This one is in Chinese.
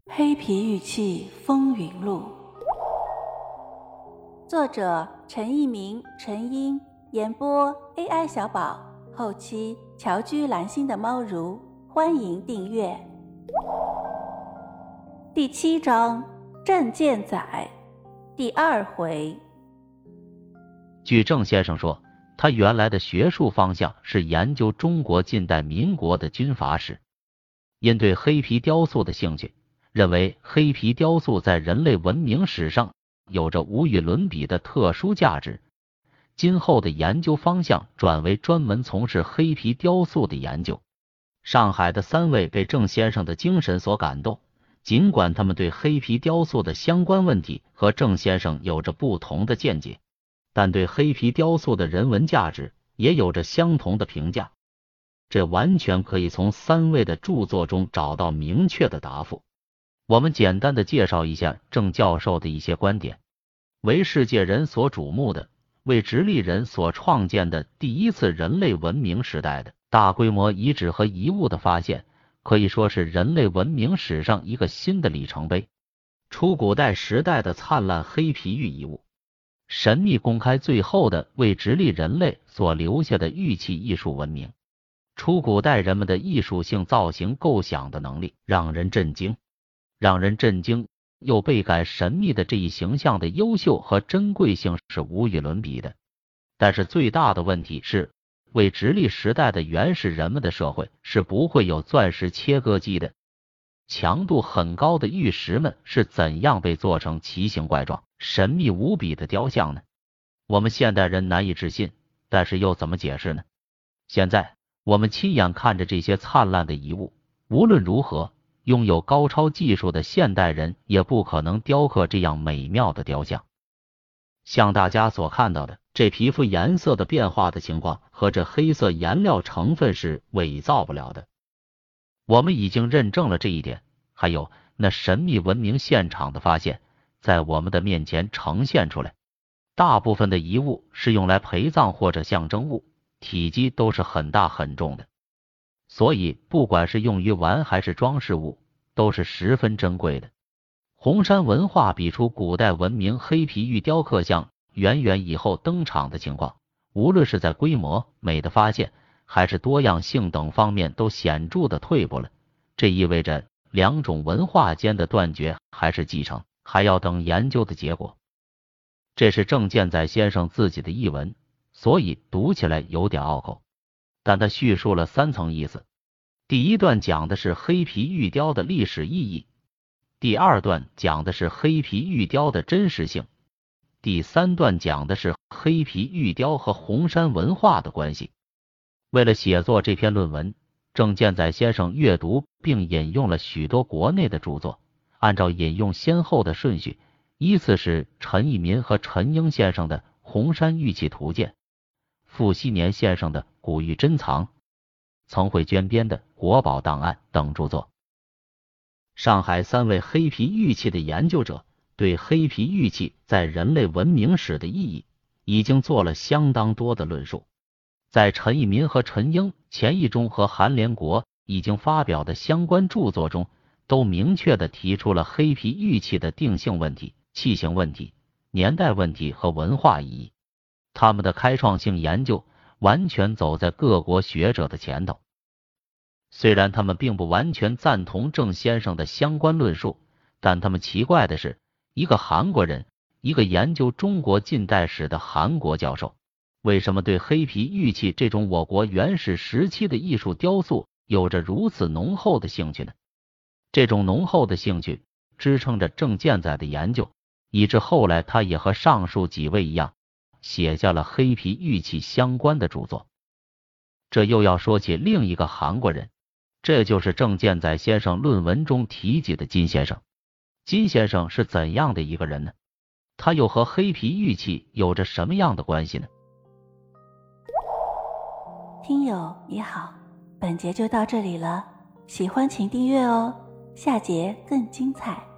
黑皮玉器风云录，作者陈一鸣、陈英，演播 AI 小宝，后期乔居蓝心的猫如，欢迎订阅。第7章镇剑仔，第2回。 据郑先生说，他原来的学术方向是研究中国近代民国的军阀史，因对黑皮雕塑的兴趣，认为黑皮雕塑在人类文明史上有着无与伦比的特殊价值，今后的研究方向转为专门从事黑皮雕塑的研究。上海的3位被郑先生的精神所感动，尽管他们对黑皮雕塑的相关问题和郑先生有着不同的见解，但对黑皮雕塑的人文价值也有着相同的评价。这完全可以从3位的著作中找到明确的答复。我们简单的介绍一下郑教授的一些观点。为世界人所瞩目的，为直立人所创建的第一次人类文明时代的大规模遗址和遗物的发现，可以说是人类文明史上一个新的里程碑。初古代时代的灿烂黑皮玉遗物，神秘公开最后的为直立人类所留下的玉器艺术文明。初古代人们的艺术性造型构想的能力让人震惊，又倍感神秘的这一形象的优秀和珍贵性是无与伦比的。但是最大的问题是，为直立时代的原始人们的社会是不会有钻石切割机的。强度很高的玉石们是怎样被做成奇形怪状、神秘无比的雕像呢？我们现代人难以置信，但是又怎么解释呢？现在我们亲眼看着这些灿烂的遗物，无论如何，拥有高超技术的现代人也不可能雕刻这样美妙的雕像。像大家所看到的，这皮肤颜色的变化的情况和这黑色颜料成分是伪造不了的。我们已经认证了这一点，还有那神秘文明现场的发现，在我们的面前呈现出来。大部分的遗物是用来陪葬或者象征物，体积都是很大很重的，所以不管是用于玩还是装饰物，都是十分珍贵的。红山文化比出古代文明黑皮玉雕刻像远远以后登场的情况，无论是在规模、美的发现，还是多样性等方面都显著的退步了。这意味着两种文化间的断绝还是继承，还要等研究的结果。这是郑建载先生自己的译文，所以读起来有点拗口，但他叙述了3层意思。第一段讲的是黑皮玉雕的历史意义，第2段讲的是黑皮玉雕的真实性，第3段讲的是黑皮玉雕和红山文化的关系。为了写作这篇论文，郑建载先生阅读并引用了许多国内的著作，按照引用先后的顺序，依次是陈一民和陈英先生的《红山玉器图鉴》，傅熹年先生的《古玉珍藏》，曾慧娟编的《国宝档案》等著作。上海3位黑皮玉器的研究者对黑皮玉器在人类文明史的意义已经做了相当多的论述。在陈一民和陈英、钱义中和韩连国已经发表的相关著作中，都明确地提出了黑皮玉器的定性问题、器型问题、年代问题和文化意义。他们的开创性研究完全走在各国学者的前头。虽然他们并不完全赞同郑先生的相关论述，但他们奇怪的是，一个韩国人，一个研究中国近代史的韩国教授，为什么对黑皮玉器这种我国原始时期的艺术雕塑有着如此浓厚的兴趣呢？这种浓厚的兴趣支撑着郑建载的研究，以致后来他也和上述几位一样，写下了黑皮玉器相关的著作。这又要说起另一个韩国人，这就是郑建载先生论文中提及的金先生。金先生是怎样的一个人呢？他又和黑皮玉器有着什么样的关系呢？ 听友你好，本节就到这里了，喜欢请订阅哦，下节更精彩。